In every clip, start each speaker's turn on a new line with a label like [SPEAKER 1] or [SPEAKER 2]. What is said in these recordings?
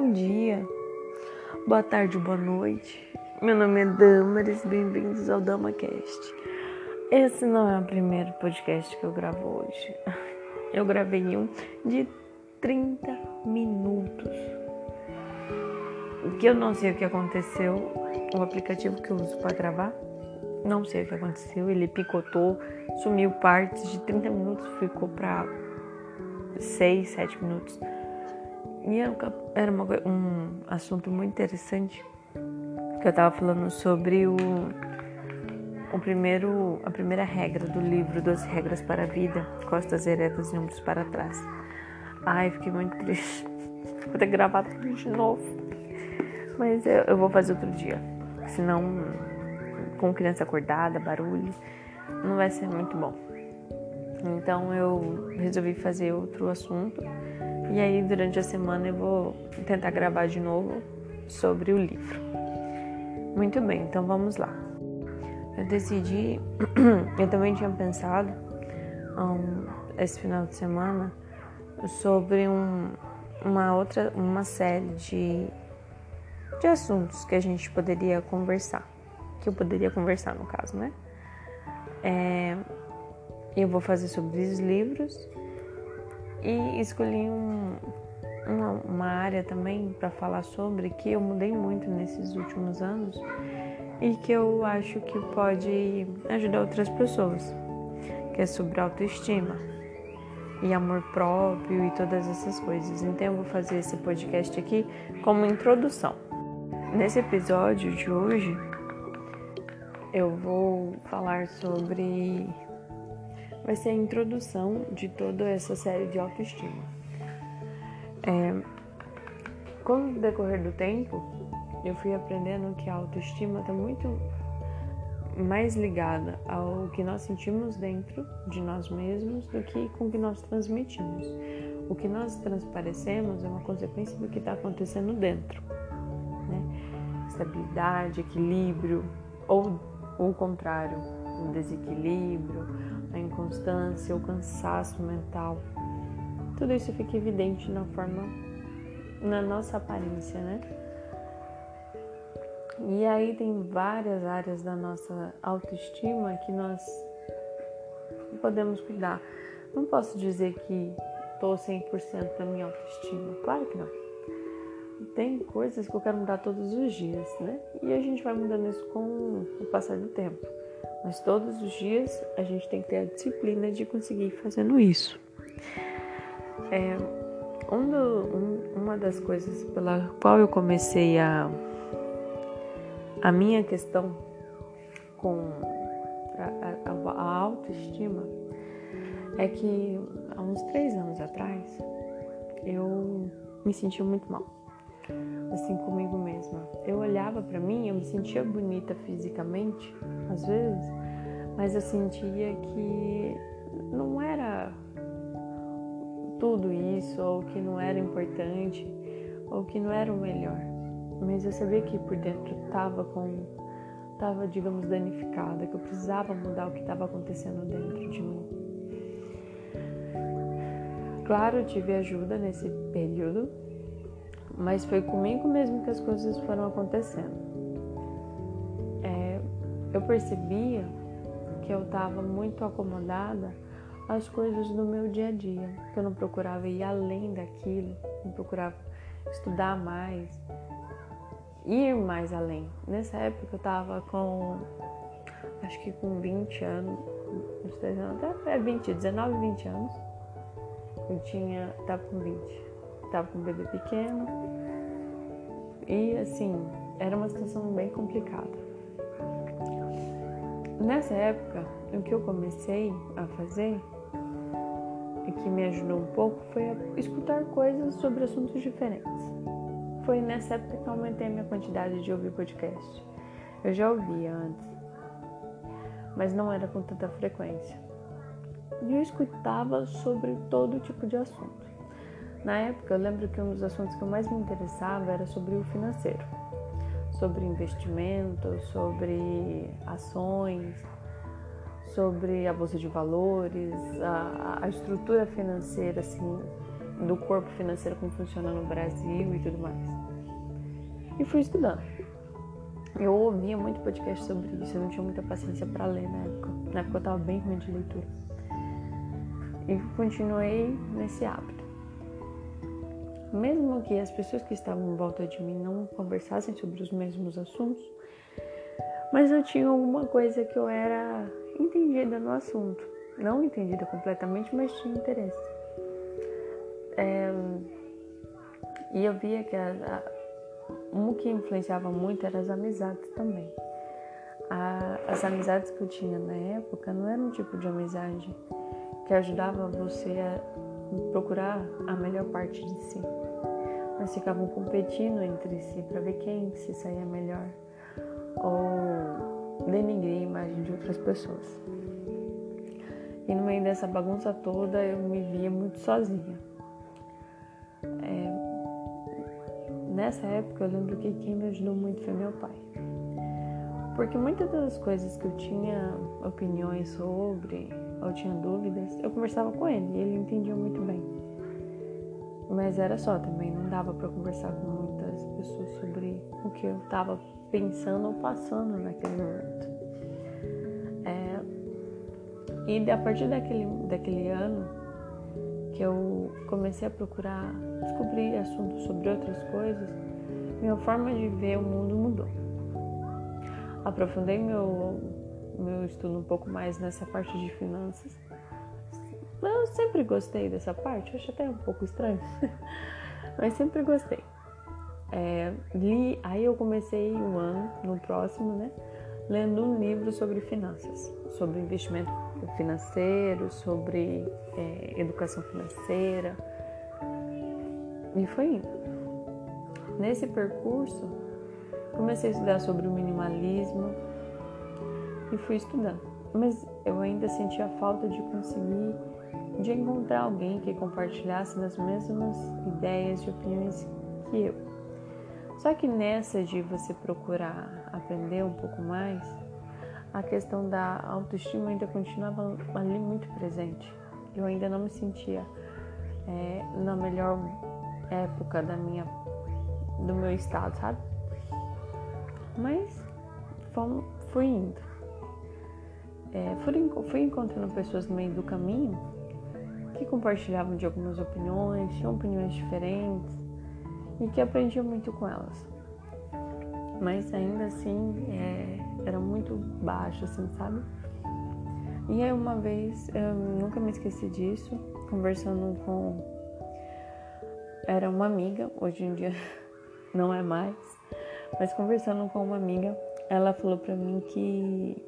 [SPEAKER 1] Bom dia, boa tarde, boa noite. Meu nome é Damaris, bem-vindos ao DamaCast. Esse não é o primeiro podcast que eu gravo hoje. Eu gravei um de 30 minutos. Que eu não sei o que aconteceu. O aplicativo que eu uso para gravar, não sei o que aconteceu. Ele picotou, sumiu partes de 30 minutos, ficou para 6, 7 minutos. E era um assunto muito interessante, que eu tava falando sobre a primeira regra do livro 12 Regras para a Vida, Costas Eretas e Ombros para Trás. Ai, fiquei muito triste. Vou ter que gravar tudo de novo. Mas eu vou fazer outro dia. Senão, com criança acordada, barulho, não vai ser muito bom. Então eu resolvi fazer outro assunto. E aí durante a semana eu vou tentar gravar de novo sobre o livro. Muito bem, então vamos lá. Eu decidi, eu também tinha pensado esse final de semana sobre uma série de assuntos que a gente poderia conversar. Que eu poderia conversar no caso, né? Eu vou fazer sobre os livros e escolhi uma área também para falar sobre, que eu mudei muito nesses últimos anos e que eu acho que pode ajudar outras pessoas, que é sobre autoestima e amor próprio e todas essas coisas. Então eu vou fazer esse podcast aqui como introdução. Nesse episódio de hoje eu vou falar sobre... vai ser a introdução de toda essa série de autoestima. Com o decorrer do tempo, eu fui aprendendo que a autoestima está muito mais ligada ao que nós sentimos dentro de nós mesmos do que com o que nós transmitimos. O que nós transparecemos é uma consequência do que está acontecendo dentro, né? Estabilidade, equilíbrio, ou o contrário, o desequilíbrio, a inconstância, o cansaço mental. Tudo isso fica evidente na nossa aparência, né? E aí tem várias áreas da nossa autoestima que nós podemos cuidar. Não posso dizer que estou 100% da minha autoestima. Claro que não. Tem coisas que eu quero mudar todos os dias, né? E a gente vai mudando isso com o passar do tempo. Mas todos os dias a gente tem que ter a disciplina de conseguir ir fazendo isso. Uma das coisas pela qual eu comecei a minha questão com a autoestima é que há uns 3 anos atrás eu me sentia muito mal, assim, comigo mesma. Eu olhava pra mim, eu me sentia bonita fisicamente, às vezes, mas eu sentia que não era tudo isso, ou que não era importante, ou que não era o melhor. Mas eu sabia que por dentro estava, digamos, danificada, que eu precisava mudar o que estava acontecendo dentro de mim. Claro, eu tive ajuda nesse período, mas foi comigo mesmo que as coisas foram acontecendo. Eu percebia que eu estava muito acomodada às coisas do meu dia a dia, que eu não procurava ir além daquilo, não procurava estudar mais, ir mais além. Nessa época eu estava acho que com 20 anos, uns 3 anos, até 19, 20 anos, estava com 20, estava com um bebê pequeno e assim, era uma situação bem complicada. Nessa época, o que eu comecei a fazer e que me ajudou um pouco foi a escutar coisas sobre assuntos diferentes. Foi nessa época que eu aumentei a minha quantidade de ouvir podcast. Eu já ouvia antes, mas não era com tanta frequência. E eu escutava sobre todo tipo de assunto. Na época, eu lembro que um dos assuntos que eu mais me interessava era sobre o financeiro. Sobre investimento, sobre ações, sobre a bolsa de valores, a estrutura financeira, assim, do corpo financeiro, como funciona no Brasil e tudo mais. e fui estudando. Eu ouvia muito podcast sobre isso, eu não tinha muita paciência para ler na época. Na época eu estava bem ruim de leitura. E continuei nesse hábito. Mesmo que as pessoas que estavam em volta de mim não conversassem sobre os mesmos assuntos, mas eu tinha alguma coisa que eu era entendida no assunto. Não entendida completamente, mas tinha interesse. E eu via que um que influenciava muito eram as amizades também. As amizades que eu tinha na época não eram um tipo de amizade que ajudava você a procurar a melhor parte de si. Mas ficavam competindo entre si para ver quem se saía melhor ou denigrir a imagem de outras pessoas. E no meio dessa bagunça toda eu me via muito sozinha. Nessa época eu lembro que quem me ajudou muito foi meu pai. Porque muitas das coisas que eu tinha opiniões sobre, ou tinha dúvidas, eu conversava com ele e ele entendia muito bem. Mas era só também, não dava para conversar com muitas pessoas sobre o que eu estava pensando ou passando naquele momento. E a partir daquele ano que eu comecei a procurar descobrir assuntos sobre outras coisas, minha forma de ver o mundo mudou. Aprofundei meu estudo um pouco mais nessa parte de finanças. Eu sempre gostei dessa parte, eu acho até um pouco estranho, mas sempre gostei. Aí eu comecei o ano, no próximo, né, lendo um livro sobre finanças, sobre investimento financeiro, sobre educação financeira, e foi indo. Nesse percurso, comecei a estudar sobre o minimalismo e fui estudando, mas eu ainda sentia falta de encontrar alguém que compartilhasse das mesmas ideias e opiniões que eu. Só que nessa de você procurar aprender um pouco mais, a questão da autoestima ainda continuava ali muito presente. Eu ainda não me sentia na melhor época do meu estado, sabe? Mas fui indo. Fui encontrando pessoas no meio do caminho que compartilhavam de algumas opiniões, tinham opiniões diferentes e que aprendia muito com elas. Mas ainda assim era muito baixo, assim, sabe? E aí uma vez, eu nunca me esqueci disso, conversando era uma amiga, hoje em dia não é mais, mas conversando com uma amiga, ela falou pra mim que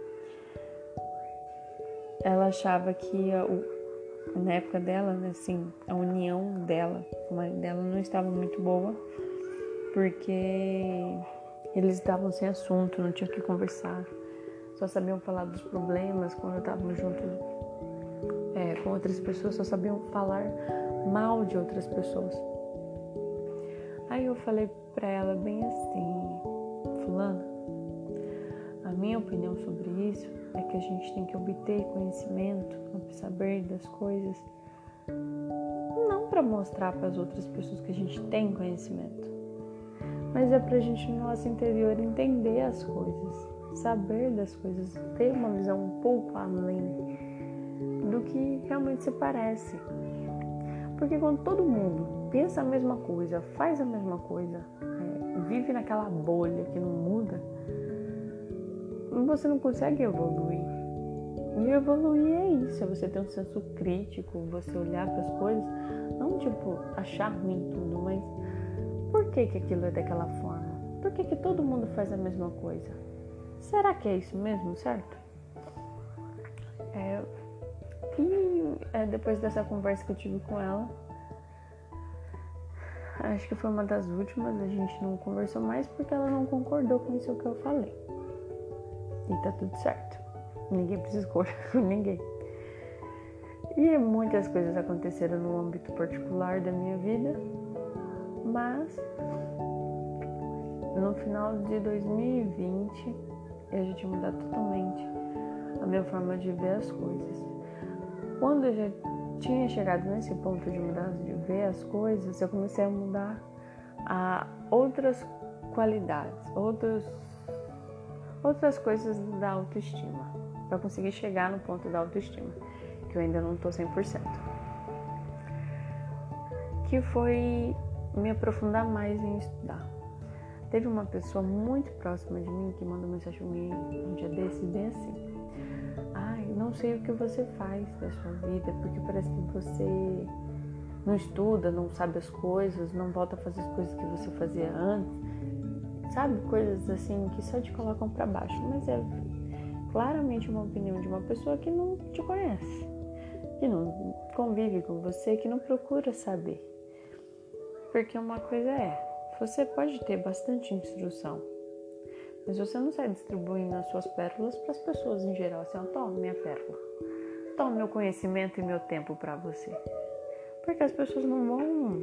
[SPEAKER 1] ela achava que na época dela, né, assim, a união dela com o marido dela não estava muito boa, porque eles estavam sem assunto, não tinham o que conversar, só sabiam falar dos problemas quando estavam juntos com outras pessoas, só sabiam falar mal de outras pessoas. Aí eu falei pra ela bem assim: fulana, a minha opinião sobre isso é que a gente tem que obter conhecimento, saber das coisas, não para mostrar para as outras pessoas que a gente tem conhecimento, mas é pra gente no nosso interior entender as coisas, saber das coisas, ter uma visão um pouco além do que realmente se parece. Porque quando todo mundo pensa a mesma coisa, faz a mesma coisa, vive naquela bolha que não muda, você não consegue evoluir. E evoluir é isso, é você ter um senso crítico, você olhar para as coisas, não tipo achar ruim tudo, mas por que aquilo é daquela forma? Por que todo mundo faz a mesma coisa? Será que é isso mesmo, certo? Depois dessa conversa que eu tive com ela, acho que foi uma das últimas, a gente não conversou mais porque ela não concordou com isso que eu falei. E tá tudo certo. Ninguém precisa concordar com ninguém. E muitas coisas aconteceram no âmbito particular da minha vida, mas no final de 2020 eu já tinha mudado totalmente a minha forma de ver as coisas. Quando eu já tinha chegado nesse ponto de mudança de ver as coisas, eu comecei a mudar a outras qualidades, outras coisas da autoestima, para conseguir chegar no ponto da autoestima, que eu ainda não tô 100%. Que foi me aprofundar mais em estudar. Teve uma pessoa muito próxima de mim que mandou mensagem pra mim um dia desses, bem assim: ai, não sei o que você faz da sua vida, porque parece que você não estuda, não sabe as coisas, não volta a fazer as coisas que você fazia antes, sabe? Coisas assim que só te colocam pra baixo. Mas é claramente uma opinião de uma pessoa que não te conhece, que não convive com você, que não procura saber. Porque uma coisa você pode ter bastante instrução, mas você não sai distribuindo as suas pérolas para as pessoas em geral, assim, ó, toma minha pérola, toma meu conhecimento e meu tempo para você. Porque as pessoas não vão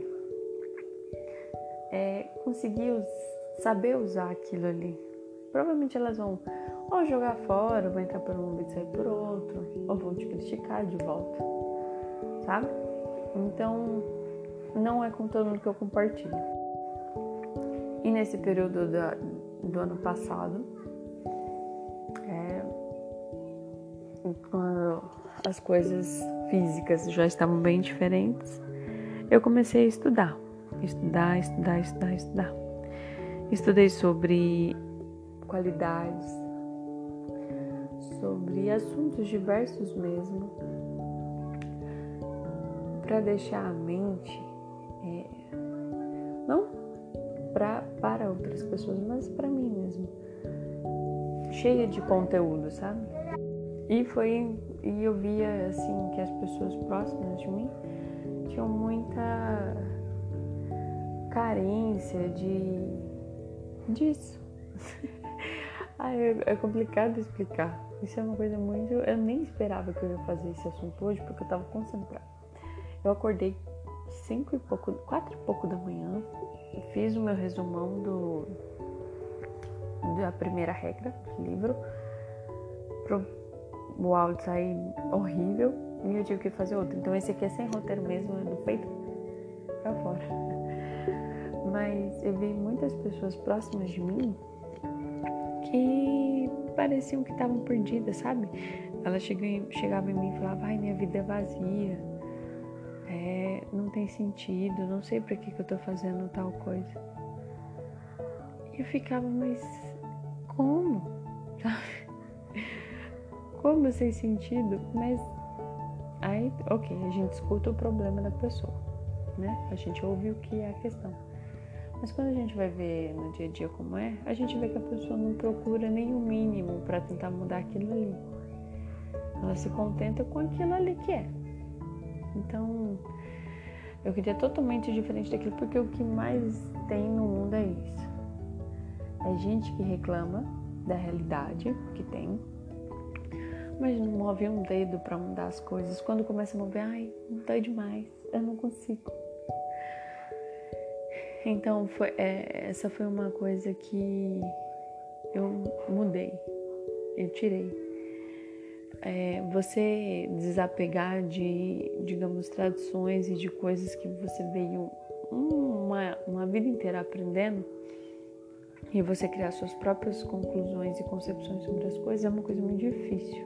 [SPEAKER 1] conseguir saber usar aquilo ali. Provavelmente elas vão ou jogar fora, ou vão entrar por um ouvido e sair por outro, ou vão te criticar de volta, sabe? Então, não é com todo mundo que eu compartilho. E nesse período do ano passado, quando as coisas físicas já estavam bem diferentes, eu comecei a estudar. Estudei sobre qualidades, sobre assuntos diversos mesmo, para deixar a mente, não para outras pessoas, mas para mim mesmo, cheia de conteúdo, sabe? E eu via assim que as pessoas próximas de mim tinham muita carência disso. É complicado explicar. Isso é uma coisa muito... Eu nem esperava que eu ia fazer esse assunto hoje, porque eu estava concentrada. Eu acordei 4 e pouco da manhã, fiz o meu resumão da primeira regra do livro, o áudio sair horrível, e eu tive que fazer outro. Então esse aqui é sem roteiro mesmo, é do peito pra fora. Mas eu vi muitas pessoas próximas de mim que pareciam que estavam perdidas, sabe? Elas chegavam em mim e falavam: ai, minha vida é vazia, não tem sentido, não sei pra que eu tô fazendo tal coisa. E eu ficava, mas como? Sabe? Como sem sentido? Mas aí, ok, a gente escuta o problema da pessoa, né? A gente ouve o que é a questão. Mas quando a gente vai ver no dia a dia como a gente vê que a pessoa não procura nem o mínimo para tentar mudar aquilo ali. Ela se contenta com aquilo ali que é. Então, eu queria totalmente diferente daquilo, porque o que mais tem no mundo é isso. É gente que reclama da realidade que tem, mas não move um dedo para mudar as coisas. Quando começa a mover, ai, não dói demais, eu não consigo. Então, essa foi uma coisa que eu mudei, eu tirei. Você desapegar de, digamos, tradições e de coisas que você veio uma vida inteira aprendendo, e você criar suas próprias conclusões e concepções sobre as coisas é uma coisa muito difícil.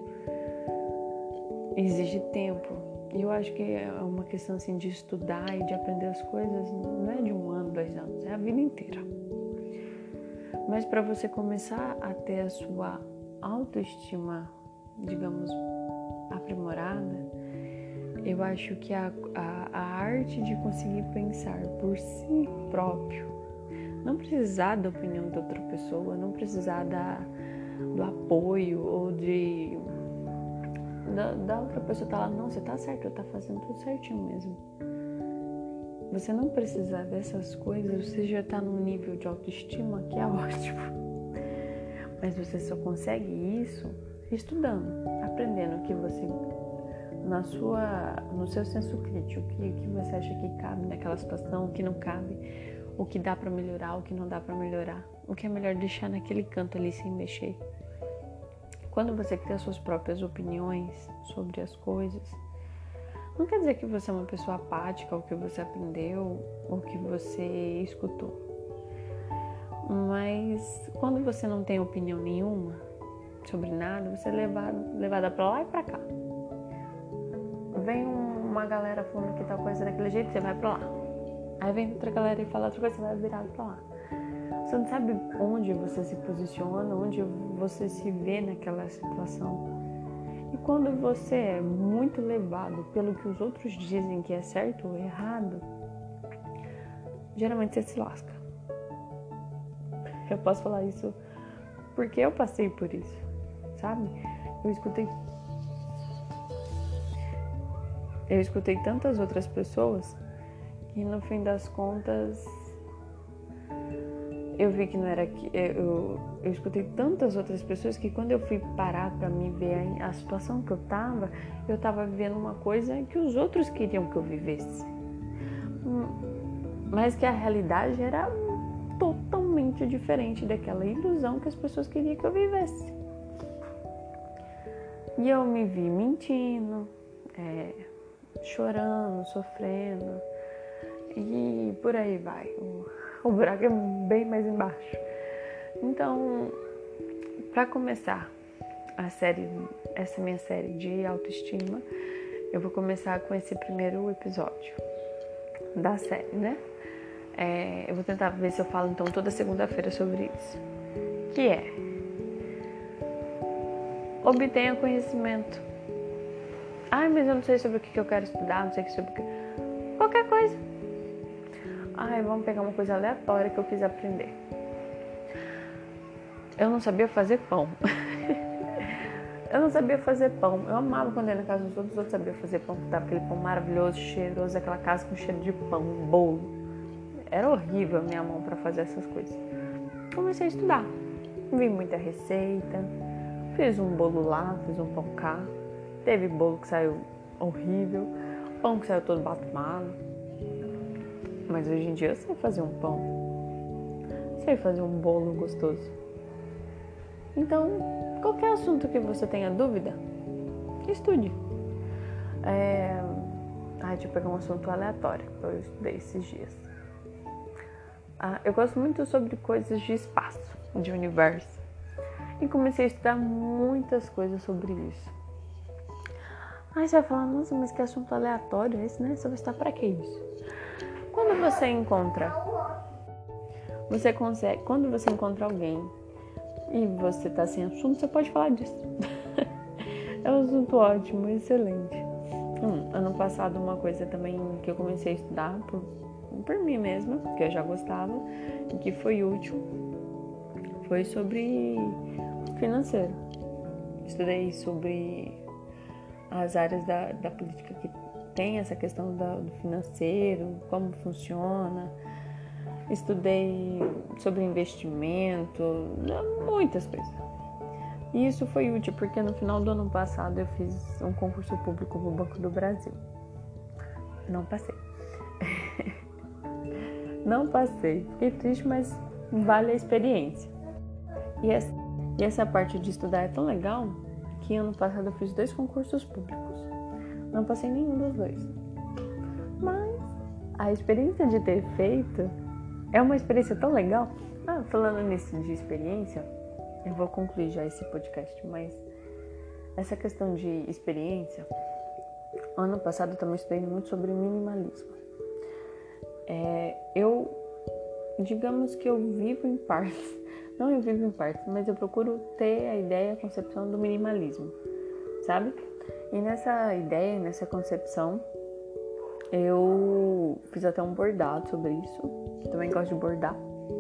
[SPEAKER 1] Exige tempo. E eu acho que é uma questão assim de estudar e de aprender as coisas, não é de 1 ano, 2 anos, é a vida inteira. Mas para você começar a ter a sua autoestima, digamos, aprimorada, eu acho que a arte de conseguir pensar por si próprio, não precisar da opinião de outra pessoa, não precisar do apoio ou da outra pessoa tá lá, não, você tá certo, eu tá fazendo tudo certinho mesmo. Você não precisar dessas coisas, você já tá num nível de autoestima que é ótimo. Mas você só consegue isso estudando, aprendendo o que você, no seu senso crítico, o que você acha que cabe naquela situação, o que não cabe, o que dá pra melhorar, o que não dá pra melhorar, o que é melhor deixar naquele canto ali sem mexer. Quando você cria suas próprias opiniões sobre as coisas, não quer dizer que você é uma pessoa apática, ou que você aprendeu, ou que você escutou. Mas quando você não tem opinião nenhuma sobre nada, você é levada pra lá e pra cá. Vem uma galera falando que tal coisa daquele jeito, você vai pra lá. Aí vem outra galera e fala outra coisa, você vai virado pra lá. Você não sabe onde você se posiciona, onde você se vê naquela situação. E quando você é muito levado pelo que os outros dizem que é certo ou errado, geralmente você se lasca. Eu posso falar isso porque eu passei por isso, sabe? Eu escutei tantas outras pessoas que no fim das contas eu vi que não era que eu escutei tantas outras pessoas que quando eu fui parar pra me ver a situação que eu tava vivendo uma coisa que os outros queriam que eu vivesse, mas que a realidade era totalmente diferente daquela ilusão que as pessoas queriam que eu vivesse. E eu me vi mentindo, chorando, sofrendo e por aí vai. O buraco é bem mais embaixo. Então, para começar essa minha série de autoestima, eu vou começar com esse primeiro episódio da série, né? Eu vou tentar ver se eu falo então toda segunda-feira sobre isso. Que é: obtenha conhecimento. Ai, mas eu não sei sobre o que eu quero estudar, não sei sobre o que... Qualquer coisa. Ai, vamos pegar uma coisa aleatória que eu quis aprender. Eu não sabia fazer pão. Eu não sabia fazer pão. Eu amava quando eu ia na casa dos outros sabiam fazer pão. Tava aquele pão maravilhoso, cheiroso, aquela casa com cheiro de pão, bolo. Era horrível a minha mão para fazer essas coisas. Comecei a estudar. Vi muita receita. Fiz um bolo lá, fiz um pão cá. Teve bolo que saiu horrível. Pão que saiu todo batumado. Mas hoje em dia eu sei fazer um pão. Sei fazer um bolo gostoso. Então, qualquer assunto que você tenha dúvida, estude. Deixa eu pegar um assunto aleatório que eu estudei esses dias. Eu gosto muito sobre coisas de espaço, de universo. E comecei a estudar muitas coisas sobre isso. Aí você vai falar, nossa, mas que assunto aleatório esse, né? Você vai estudar pra que isso? Quando você encontra alguém e você tá sem assunto, você pode falar disso. É um assunto ótimo, excelente. Ano passado, uma coisa também que eu comecei a estudar por mim mesma, que eu já gostava e que foi útil, foi sobre financeiro. Estudei sobre as áreas da política que tem essa questão do financeiro, como funciona. Estudei sobre investimento, muitas coisas. E isso foi útil porque no final do ano passado eu fiz um concurso público no Banco do Brasil. Não passei. Não passei. Fiquei triste, mas vale a experiência. E essa parte de estudar é tão legal que ano passado eu fiz 2 concursos públicos. Não passei nenhum dos 2. Mas a experiência de ter feito é uma experiência tão legal. Falando nisso de experiência, eu vou concluir já esse podcast, mas essa questão de experiência, ano passado eu também estudei muito sobre minimalismo. Digamos que eu vivo em partes, não eu vivo em partes, mas eu procuro ter a ideia, a concepção do minimalismo, sabe? E nessa ideia, nessa concepção, eu fiz até um bordado sobre isso, também gosto de bordar.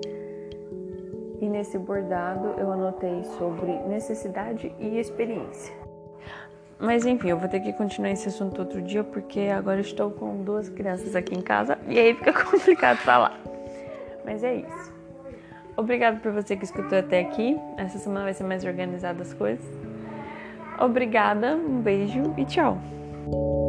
[SPEAKER 1] E nesse bordado eu anotei sobre necessidade e experiência. Mas enfim, eu vou ter que continuar esse assunto outro dia, porque agora eu estou com 2 crianças aqui em casa e aí fica complicado falar. Mas é isso. Obrigada por você que escutou até aqui. Essa semana vai ser mais organizada as coisas. Obrigada, um beijo e tchau.